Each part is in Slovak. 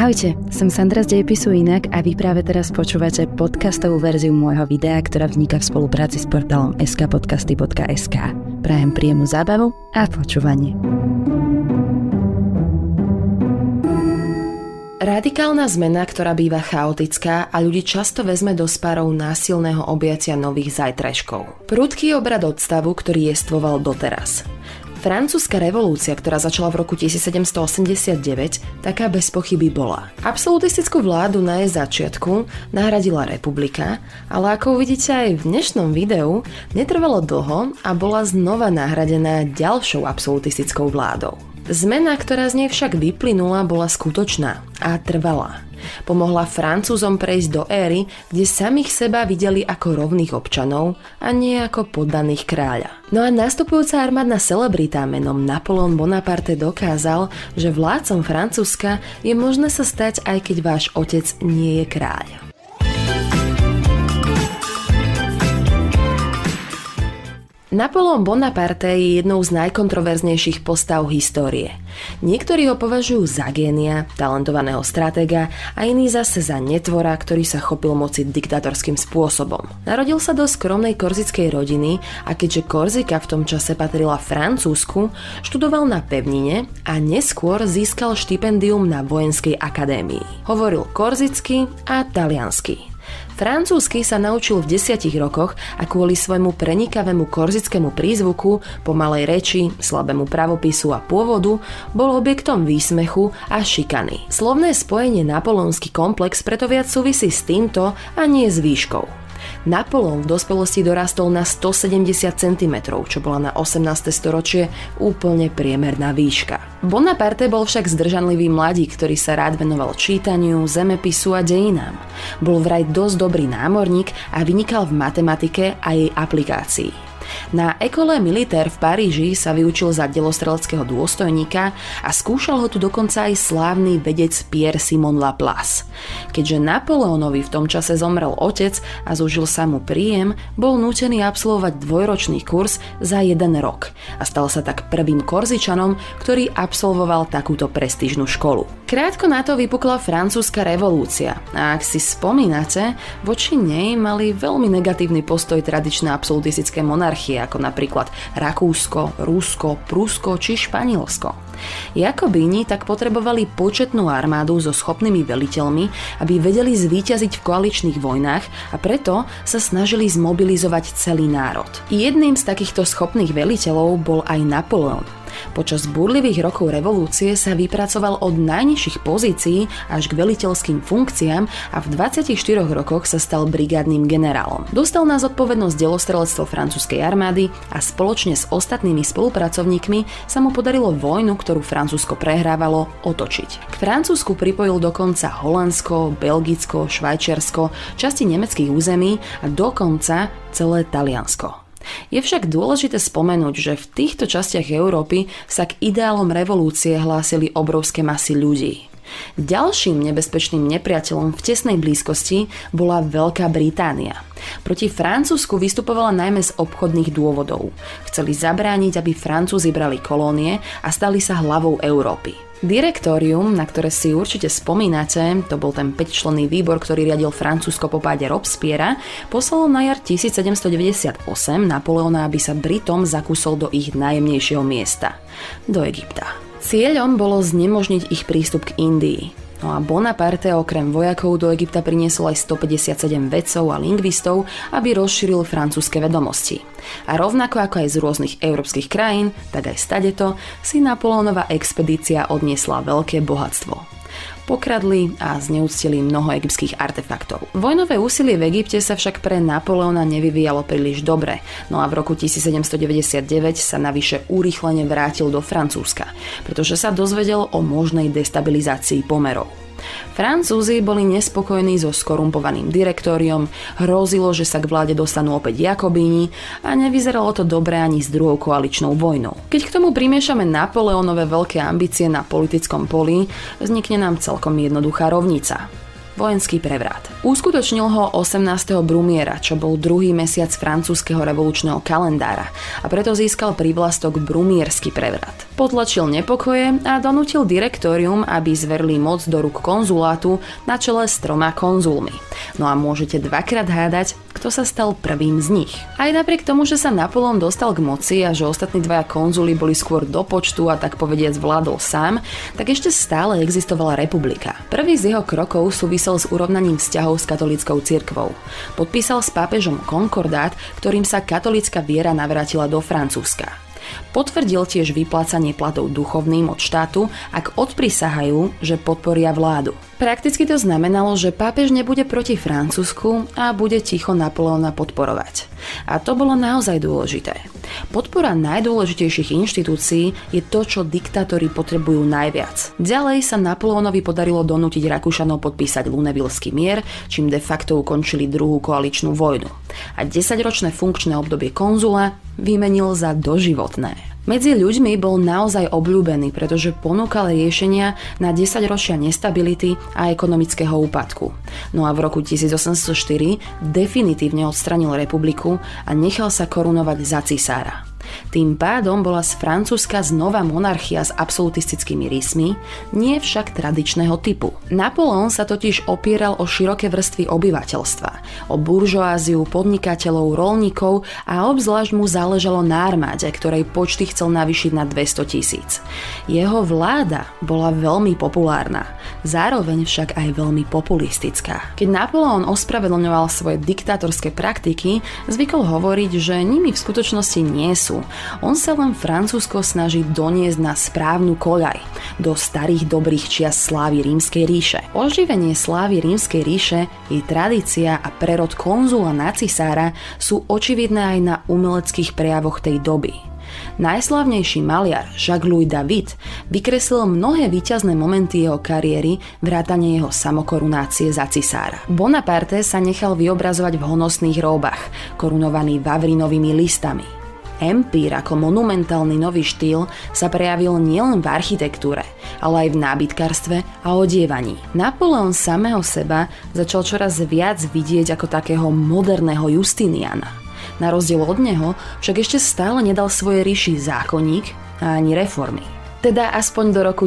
Ahojte, som Sandra z Dejepisu Inak a vy práve teraz počúvate podcastovú verziu môjho videa, ktorá vzniká v spolupráci s portálom skpodcasty.sk. Prajem príjemnú zábavu a počúvanie. Radikálna zmena, ktorá býva chaotická a ľudí často vezme do spárov násilného objatia nových zajtrajškov. Prudký obrad od stavu, ktorý jestvoval doteraz. Francúzska revolúcia, ktorá začala v roku 1789, taká bez pochyby bola. Absolutistickú vládu na jej začiatku nahradila republika, ale ako uvidíte aj v dnešnom videu, netrvalo dlho a bola znova nahradená ďalšou absolutistickou vládou. Zmena, ktorá z nej však vyplynula, bola skutočná a trvalá. Pomohla Francúzom prejsť do éry, kde samých seba videli ako rovných občanov a nie ako poddaných kráľa. No a nastupujúca armádna celebrita menom Napoleon Bonaparte dokázal, že vládcom Francúzska je možné sa stať, aj keď váš otec nie je kráľ. Napoleon Bonaparte je jednou z najkontroverznejších postav histórie. Niektorí ho považujú za génia, talentovaného stratéga a iní zase za netvora, ktorý sa chopil moci diktatorským spôsobom. Narodil sa do skromnej korzickej rodiny a keďže Korzika v tom čase patrila Francúzsku, študoval na pevnine a neskôr získal štipendium na vojenskej akadémii. Hovoril korzicky a taliansky. Francúzsky sa naučil v 10 rokoch a kvôli svojmu prenikavému korzickému prízvuku, pomalej reči, slabému pravopisu a pôvodu bol objektom výsmechu a šikany. Slovné spojenie napoleonský komplex preto viac súvisí s týmto a nie s výškou. Napoleon v dospelosti dorastol na 170 cm, čo bola na 18. storočie úplne priemerná výška. Bonaparte bol však zdržanlivý mladík, ktorý sa rád venoval čítaniu, zemepisu a dejinám. Bol vraj dosť dobrý námorník a vynikal v matematike a jej aplikácii. Na École Militaire v Paríži sa vyučil za delostreleckého dôstojníka a skúšal ho tu dokonca aj slávny vedec Pierre Simon Laplace. Keďže Napoleónovi v tom čase zomrel otec a zúžil sa mu príjem, bol nútený absolvovať dvojročný kurz za 1 rok a stal sa tak prvým Korzičanom, ktorý absolvoval takúto prestížnu školu. Krátko na to vypukla francúzska revolúcia a ak si spomínate, voči nej mali veľmi negatívny postoj tradičné absolutistické monarchie, ako napríklad Rakúsko, Rusko, Prusko či Španielsko. Jakobíni tak potrebovali početnú armádu so schopnými veliteľmi, aby vedeli zvíťaziť v koaličných vojnách a preto sa snažili zmobilizovať celý národ. Jedným z takýchto schopných veliteľov bol aj Napoleon. Počas búrlivých rokov revolúcie sa vypracoval od najnižších pozícií až k veliteľským funkciám a v 24 rokoch sa stal brigádnym generálom. Dostal na zodpovednosť delostrelectvo francúzskej armády a spoločne s ostatnými spolupracovníkmi sa mu podarilo vojnu, ktorú Francúzsko prehrávalo, otočiť. K Francúzsku pripojil dokonca Holandsko, Belgicko, Švajčiarsko, časti nemeckých území a dokonca celé Taliansko. Je však dôležité spomenúť, že v týchto častiach Európy sa k ideálom revolúcie hlásili obrovské masy ľudí. Ďalším nebezpečným nepriateľom v tesnej blízkosti bola Veľká Británia. Proti Francúzsku vystupovala najmä z obchodných dôvodov. Chceli zabrániť, aby Francúzi brali kolónie a stali sa hlavou Európy. Direktórium, na ktoré si určite spomínate, to bol ten 5-členný výbor, ktorý riadil Francúzsko po páde Robespierra, poslalo na jar 1798 Napoleona, aby sa Britom zakúsol do ich najjemnejšieho miesta, do Egypta. Cieľom bolo znemožniť ich prístup k Indii. No a Bonaparte okrem vojakov do Egypta priniesol aj 157 vedcov a lingvistov, aby rozšíril francúzske vedomosti. A rovnako ako aj z rôznych európskych krajín, tak aj stadeto, si Napoleónova expedícia odniesla veľké bohatstvo. Pokradli a zneúctili mnoho egyptských artefaktov. Vojnové úsilie v Egypte sa však pre Napoleona nevyvíjalo príliš dobre, no a v roku 1799 sa navyše urýchlene vrátil do Francúzska, pretože sa dozvedel o možnej destabilizácii pomerov. Francúzi boli nespokojní so skorumpovaným direktóriom, hrozilo, že sa k vláde dostanú opäť Jakobíni a nevyzeralo to dobre ani s druhou koaličnou vojnou. Keď k tomu primiešame Napoleónove veľké ambície na politickom poli, vznikne nám celkom jednoduchá rovnica. Vojenský prevrat. Uskutočnil ho 18. Brumiera, čo bol druhý mesiac francúzskeho revolučného kalendára a preto získal prívlastok Brumiersky prevrat. Potlačil nepokoje a donútil direktórium, aby zverili moc do rúk konzulátu na čele s 3 konzulmi. No a môžete dvakrát hádať, kto sa stal prvým z nich. Aj napriek tomu, že sa Napoleon dostal k moci a že ostatní 2 konzuli boli skôr do počtu a tak povediac vládol sám, tak ešte stále existovala republika. Prvý z jeho krokov súvisel s urovnaním vzťahov s katolíckou cirkvou. Podpísal s pápežom konkordát, ktorým sa katolícka viera navrátila do Francúzska. Potvrdil tiež vyplácanie platov duchovným od štátu, ak odprisahajú, že podporia vládu. Prakticky to znamenalo, že pápež nebude proti Francúzsku a bude ticho Napoleona podporovať. A to bolo naozaj dôležité. Podpora najdôležitejších inštitúcií je to, čo diktátori potrebujú najviac. Ďalej sa Napoleonovi podarilo donútiť Rakúšanov podpísať Lunévilleský mier, čím de facto ukončili druhú koaličnú vojnu. A 10-ročné funkčné obdobie konzula vymenil za doživotné. Medzi ľuďmi bol naozaj obľúbený, pretože ponúkal riešenia na 10 ročia nestability a ekonomického úpadku. No a v roku 1804 definitívne odstranil republiku a nechal sa korunovať za cisára. Tým pádom bola z Francúzska znova monarchia s absolutistickými rysmi, nie však tradičného typu. Napoleon sa totiž opieral o široké vrstvy obyvateľstva, o buržoáziu, podnikateľov, roľníkov a obzvlášť mu záležalo na armáde, ktorej počty chcel navýšiť na 200 000. Jeho vláda bola veľmi populárna, zároveň však aj veľmi populistická. Keď Napoleon ospravedlňoval svoje diktátorské praktiky, zvykol hovoriť, že nimi v skutočnosti nie sú. On sa len Francúzsko snaží doniesť na správnu koľaj, do starých dobrých čias slávy Rímskej ríše. Oživenie slávy Rímskej ríše, jej tradícia a prerod konzula na cisára sú očividné aj na umeleckých prejavoch tej doby. Najslávnejší maliar Jacques-Louis David vykreslil mnohé víťazné momenty jeho kariéry, vrátane jeho samokorunácie za cisára. Bonaparte sa nechal vyobrazovať v honosných róbach, korunovaný vavrínovými listami. Empír ako monumentálny nový štýl sa prejavil nielen v architektúre, ale aj v nábytkárstve a odievaní. Napoleon samého seba začal čoraz viac vidieť ako takého moderného Justiniana. Na rozdiel od neho však ešte stále nedal svoje ríši zákonník a ani reformy. Teda aspoň do roku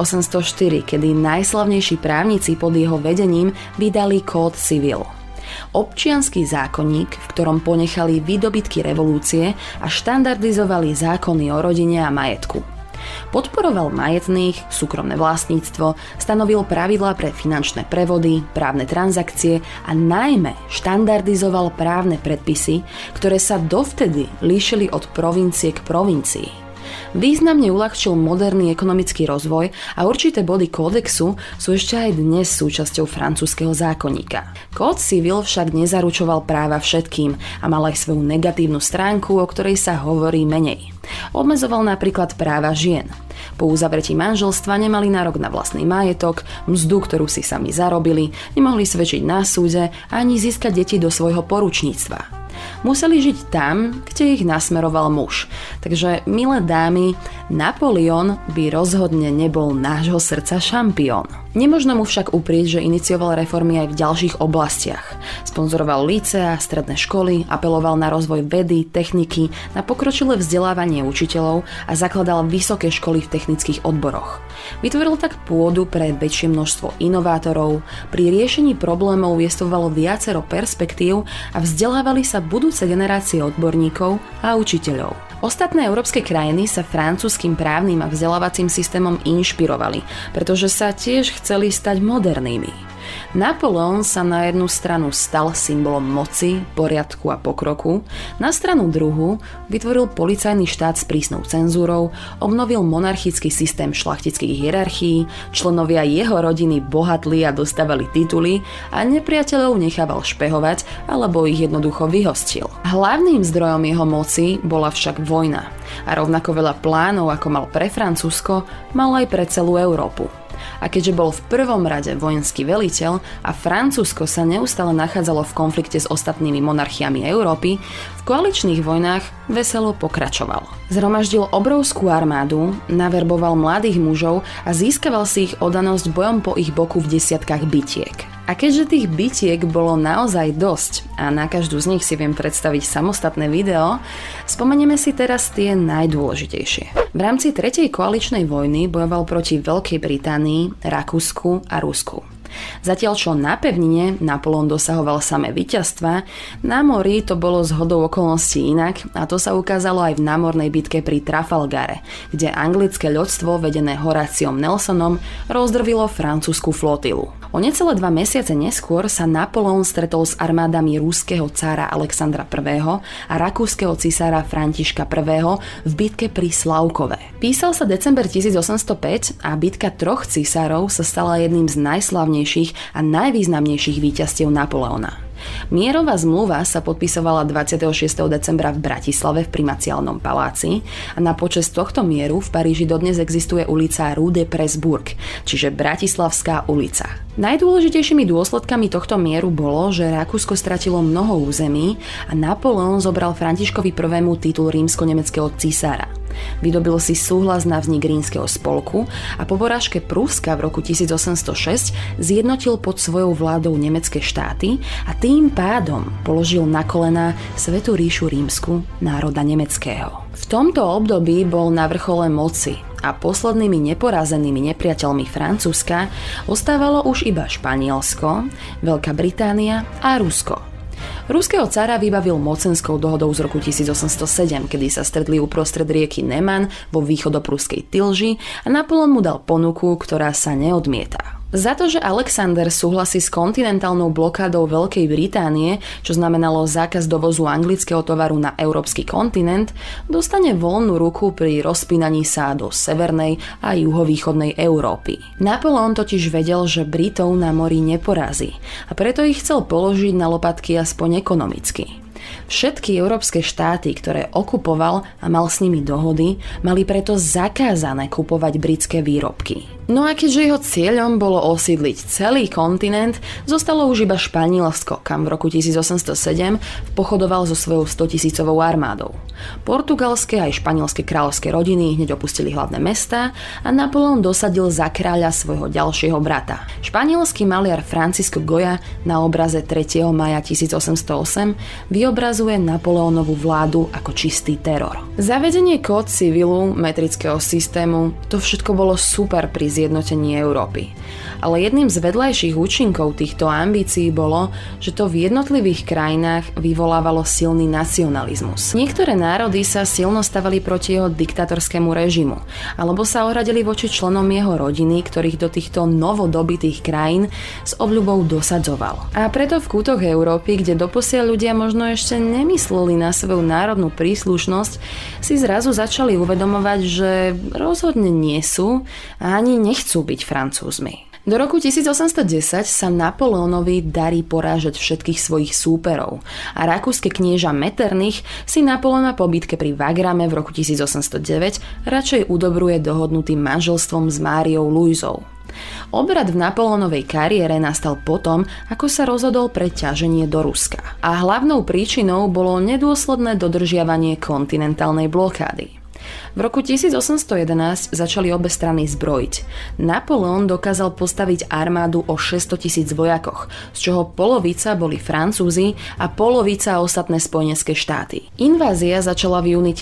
1804, kedy najslavnejší právnici pod jeho vedením vydali Code civil. Občiansky zákonník, v ktorom ponechali výdobytky revolúcie a štandardizovali zákony o rodine a majetku. Podporoval majetných, súkromné vlastníctvo, stanovil pravidlá pre finančné prevody, právne transakcie a najmä štandardizoval právne predpisy, ktoré sa dovtedy líšili od provincie k provincii. Významne uľahčil moderný ekonomický rozvoj a určité body kódexu sú ešte aj dnes súčasťou francúzskeho zákonníka. Code civil však nezaručoval práva všetkým a mal aj svoju negatívnu stránku, o ktorej sa hovorí menej. Obmedzoval napríklad práva žien. Po uzavretí manželstva nemali nárok na vlastný majetok, mzdu, ktorú si sami zarobili, nemohli svedčiť na súde ani získať deti do svojho poručníctva. Museli žiť tam, kde ich nasmeroval muž. Takže, milé dámy, Napoleon by rozhodne nebol nášho srdca šampión. Nemožno mu však uprieť, že inicioval reformy aj v ďalších oblastiach. Sponzoroval líceá, stredné školy, apeloval na rozvoj vedy, techniky, na pokročilé vzdelávanie učiteľov a zakladal vysoké školy v technických odboroch. Vytvoril tak pôdu pre väčšie množstvo inovátorov, pri riešení problémov jestvovalo viacero perspektív a vzdelávali sa budúce generácie odborníkov a učiteľov. Ostatné európske krajiny sa francúzskym právnym a vzdelávacím systémom inšpirovali, pretože sa tiež chceli stať modernými. Napoleon sa na jednu stranu stal symbolom moci, poriadku a pokroku, na stranu druhú vytvoril policajný štát s prísnou cenzúrou, obnovil monarchický systém šlachtických hierarchií, členovia jeho rodiny bohatli a dostávali tituly a nepriateľov nechával špehovať alebo ich jednoducho vyhostil. Hlavným zdrojom jeho moci bola však vojna a rovnako veľa plánov, ako mal pre Francúzsko, mal aj pre celú Európu. A keďže bol v prvom rade vojenský veliteľ a Francúzsko sa neustále nachádzalo v konflikte s ostatnými monarchiami Európy, v koaličných vojnách veselo pokračoval. Zhromaždil obrovskú armádu, naverboval mladých mužov a získaval si ich oddanosť bojom po ich boku v desiatkách bitiek. A keďže tých bitiek bolo naozaj dosť a na každú z nich si viem predstaviť samostatné video, spomenieme si teraz tie najdôležitejšie. V rámci 3. koaličnej vojny bojoval proti Veľkej Británii, Rakúsku a Rusku. Zatiaľ čo na pevnine Napoleon dosahoval samé víťazstva, na mori to bolo zhodou okolností inak a to sa ukázalo aj v námornej bitke pri Trafalgare, kde anglické ľudstvo vedené Horáciom Nelsonom rozdrvilo francúzsku flotilu. O necelé 2 mesiace neskôr sa Napoleon stretol s armádami ruského cára Alexandra I. a rakúskeho cisára Františka I. v bitke pri Slavkove. Písal sa december 1805 a bitka 3 cisárov sa stala jedným z najslavnejších a najvýznamnejších víťazstiev Napoleona. Mierová zmluva sa podpisovala 26. decembra v Bratislave v Primaciálnom paláci a na počesť tohto mieru v Paríži dodnes existuje ulica Rue de Presbourg, čiže Bratislavská ulica. Najdôležitejšími dôsledkami tohto mieru bolo, že Rakúsko stratilo mnoho území a Napoleon zobral Františkovi I. titul rímsko-nemeckého cisára. Vydobil si súhlas na vznik Rímskeho spolku a po porážke Prúska v roku 1806 zjednotil pod svojou vládou nemecké štáty a tým pádom položil na kolená Svätú ríšu rímsku národa nemeckého. V tomto období bol na vrchole moci a poslednými neporazenými nepriateľmi Francúzska ostávalo už iba Španielsko, Veľká Británia a Rusko. Ruského cára vybavil mocenskou dohodou z roku 1807, kedy sa stretli uprostred rieky Neman vo východopruskej Tilži a Napoleon mu dal ponuku, ktorá sa neodmieta. Za to, že Alexander súhlasí s kontinentálnou blokádou Veľkej Británie, čo znamenalo zákaz dovozu anglického tovaru na európsky kontinent, dostane voľnú ruku pri rozpínaní sa do severnej a juhovýchodnej Európy. Napoleon totiž vedel, že Britov na mori neporazí a preto ich chcel položiť na lopatky aspoň ekonomicky. Všetky európske štáty, ktoré okupoval a mal s nimi dohody, mali preto zakázané kupovať britské výrobky. No a keďže jeho cieľom bolo osídliť celý kontinent, zostalo už iba Španielsko, kam v roku 1807 pochodoval so svojou 100-tisícovou armádou. Portugalské aj španielské kráľovské rodiny hneď opustili hlavné mestá a Napoleon dosadil za kráľa svojho ďalšieho brata. Španielský maliar Francisco Goya na obraze 3. mája 1808 vyobrazuje Napoleónovú vládu ako čistý teror. Zavedenie kód civilu, metrického systému, to všetko bolo super pri zjednotení Európy. Ale jedným z vedľajších účinkov týchto ambícií bolo, že to v jednotlivých krajinách vyvolávalo silný nacionalizmus. Niektoré národy sa silno stavali proti jeho diktatorskému režimu, alebo sa ohradili voči členom jeho rodiny, ktorých do týchto novodobitých krajín s obľubou dosadzoval. A preto v kútoch Európy, kde doposiaľ ľudia možno ešte nemysleli na svoju národnú príslušnosť, si zrazu začali uvedomovať, že rozhodne nie sú a ani nechcú byť Francúzmi. Do roku 1810 sa Napoleónovi darí porážať všetkých svojich súperov a rakúske knieža Metternich si Napoleona po bitke pri Wagrame v roku 1809 radšej udobruje dohodnutým manželstvom s Máriou Luizou. Obrad v Napoleónovej kariére nastal potom, ako sa rozhodol pre ťaženie do Ruska. A hlavnou príčinou bolo nedôsledné dodržiavanie kontinentálnej blokády. V roku 1811 začali obe strany zbrojiť. Napoleon dokázal postaviť armádu o 600 000 vojakoch, z čoho polovica boli Francúzi a polovica ostatné spojenecké štáty. Invázia začala v júni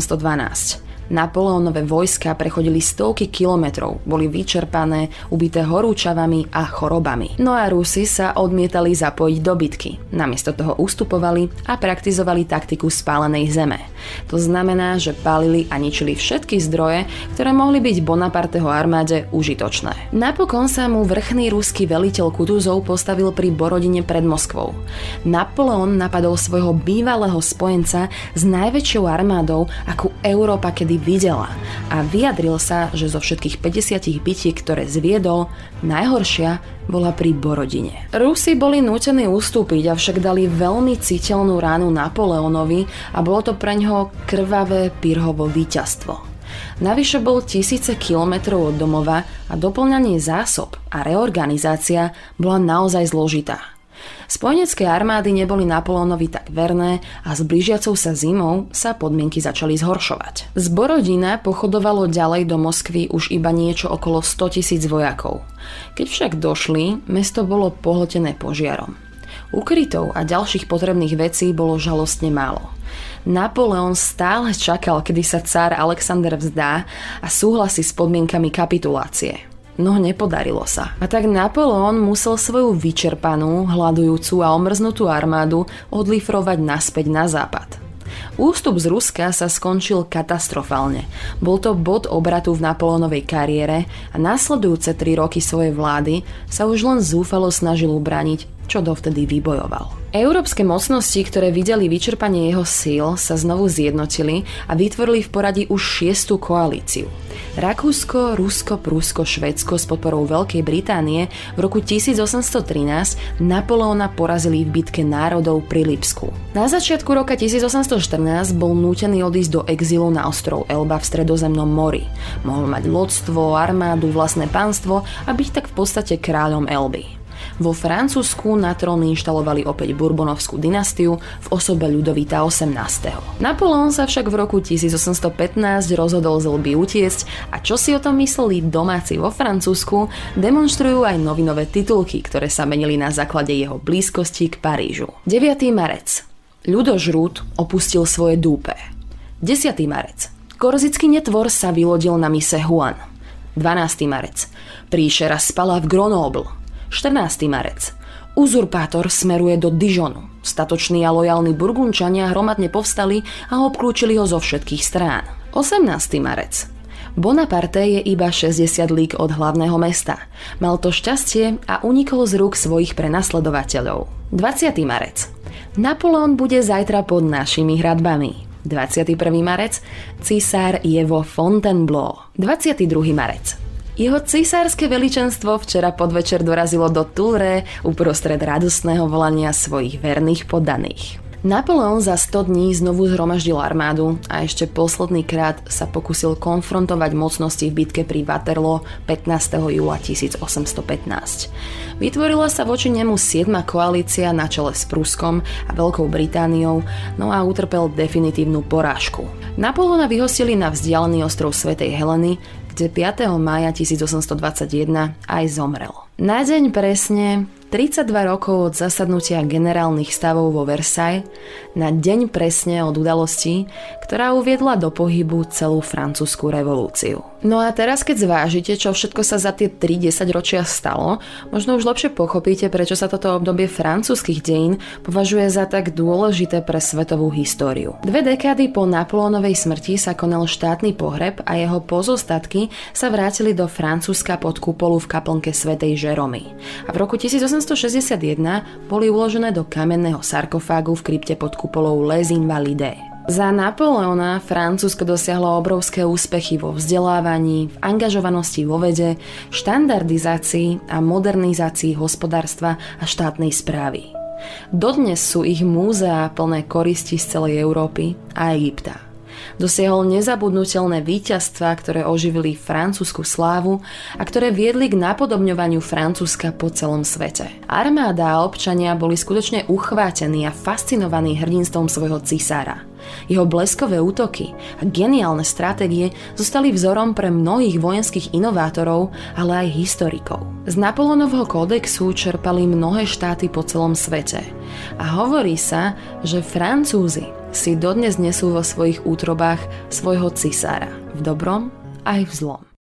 1812. Napoleónove vojska prechodili stovky kilometrov, boli vyčerpané, ubité horúčavami a chorobami. No a Rusi sa odmietali zapojiť do bitky. Namiesto toho ustupovali a praktizovali taktiku spálenej zeme. To znamená, že pálili a ničili všetky zdroje, ktoré mohli byť Bonaparteho armáde užitočné. Napokon sa mu vrchný ruský veliteľ Kutuzov postavil pri Borodine pred Moskvou. Napoleon napadol svojho bývalého spojenca s najväčšou armádou, akú Európa kedy videla, a vyjadril sa, že zo všetkých 50 bitiek, ktoré zviedol, najhoršia bola pri Borodine. Rusi boli nútení ustúpiť, avšak dali veľmi citeľnú ránu Napoleónovi a bolo to preňho krvavé Pyrrhovo víťazstvo. Navyše bol tisíce kilometrov od domova a doplňanie zásob a reorganizácia bola naozaj zložitá. Spojenecké armády neboli Napoleónovi tak verné a s blížiacou sa zimou sa podmienky začali zhoršovať. Z Borodina pochodovalo ďalej do Moskvy už iba niečo okolo 100 000 vojakov. Keď však došli, mesto bolo pohltené požiarom. Ukrytov a ďalších potrebných vecí bolo žalostne málo. Napoleon stále čakal, kedy sa cár Alexander vzdá a súhlasí s podmienkami kapitulácie. No nepodarilo sa. A tak Napoleon musel svoju vyčerpanú, hladujúcu a omrznutú armádu odlifrovať naspäť na západ. Ústup z Ruska sa skončil katastrofálne. Bol to bod obratu v Napoleónovej kariére a následujúce 3 roky svojej vlády sa už len zúfalo snažil ubrániť, čo dovtedy vybojoval. Európske mocnosti, ktoré videli vyčerpanie jeho síl, sa znovu zjednotili a vytvorili v poradí už 6. koalíciu. Rakúsko, Rusko, Prúsko, Švédsko s podporou Veľkej Británie v roku 1813 Napoleona porazili v bitke národov pri Lipsku. Na začiatku roka 1814 bol nútený odísť do exilu na ostrov Elba v Stredozemnom mori. Mohol mať lodstvo, armádu, vlastné pánstvo a byť tak v podstate kráľom Elby. Vo Francúzsku na trón inštalovali opäť Bourbonovskú dynastiu v osobe Ľudovíta XVIII. Napoleon sa však v roku 1815 rozhodol z Elby utiecť a čo si o tom mysleli domáci vo Francúzsku, demonštrujú aj novinové titulky, ktoré sa menili na základe jeho blízkosti k Parížu. 9. marec. Ľudožrút opustil svoje dúpe. 10. marec. Korzický netvor sa vylodil na mise Huan. 12. marec. Príšera spala v Grenoble. 14. marec. Uzurpátor smeruje do Dijonu. Statoční a lojálni Burgundčania hromadne povstali a obklúčili ho zo všetkých strán. 18. marec. Bonaparte je iba 60 lík od hlavného mesta. Mal to šťastie a unikol z rúk svojich prenasledovateľov. 20. marec. Napoleon bude zajtra pod našimi hradbami. 21. marec. Cisár je vo Fontainebleau. 22. marec. Jeho cisárske veličenstvo včera podvečer dorazilo do Tours uprostred radostného volania svojich verných poddaných. Napoleon za 100 dní znovu zhromaždil armádu a ešte posledný krát sa pokusil konfrontovať mocnosti v bitke pri Waterloo 15. júla 1815. Vytvorila sa voči nemu 7. koalícia na čele s Pruskom a Veľkou Britániou, no a utrpel definitívnu porážku. Napoleona vyhostili na vzdialený ostrov Svätej Heleny, kde 5. mája 1821 aj zomrel. Na deň presne 32 rokov od zasadnutia generálnych stavov vo Versailles, na deň presne od udalosti, ktorá uviedla do pohybu celú francúzsku revolúciu. No a teraz, keď zvážite, čo všetko sa za tie 3 desaťročia stalo, možno už lepšie pochopíte, prečo sa toto obdobie francúzskych dejín považuje za tak dôležité pre svetovú históriu. 2 dekády po Napoleónovej smrti sa konal štátny pohreb a jeho pozostatky sa vrátili do Francúzska pod kupolu v kaplnke svätej Žeromy. A v roku 1861 boli uložené do kamenného sarkofágu v krypte pod kupolou Les Invalides. Za Napoleona Francúzsko dosiahlo obrovské úspechy vo vzdelávaní, v angažovanosti vo vede, štandardizácii a modernizácii hospodárstva a štátnej správy. Dodnes sú ich múzeá plné koristi z celej Európy a Egypta. Dosiahol nezabudnutelné víťazstvá, ktoré oživili francúzsku slávu a ktoré viedli k napodobňovaniu Francúzska po celom svete. Armáda a občania boli skutočne uchvátení a fascinovaní hrdinstvom svojho cisára. Jeho bleskové útoky a geniálne stratégie zostali vzorom pre mnohých vojenských inovátorov, ale aj historikov. Z Napoleónovho kódexu čerpali mnohé štáty po celom svete. A hovorí sa, že Francúzi si dodnes nesú vo svojich útrobách svojho cisára, v dobrom aj v zlom.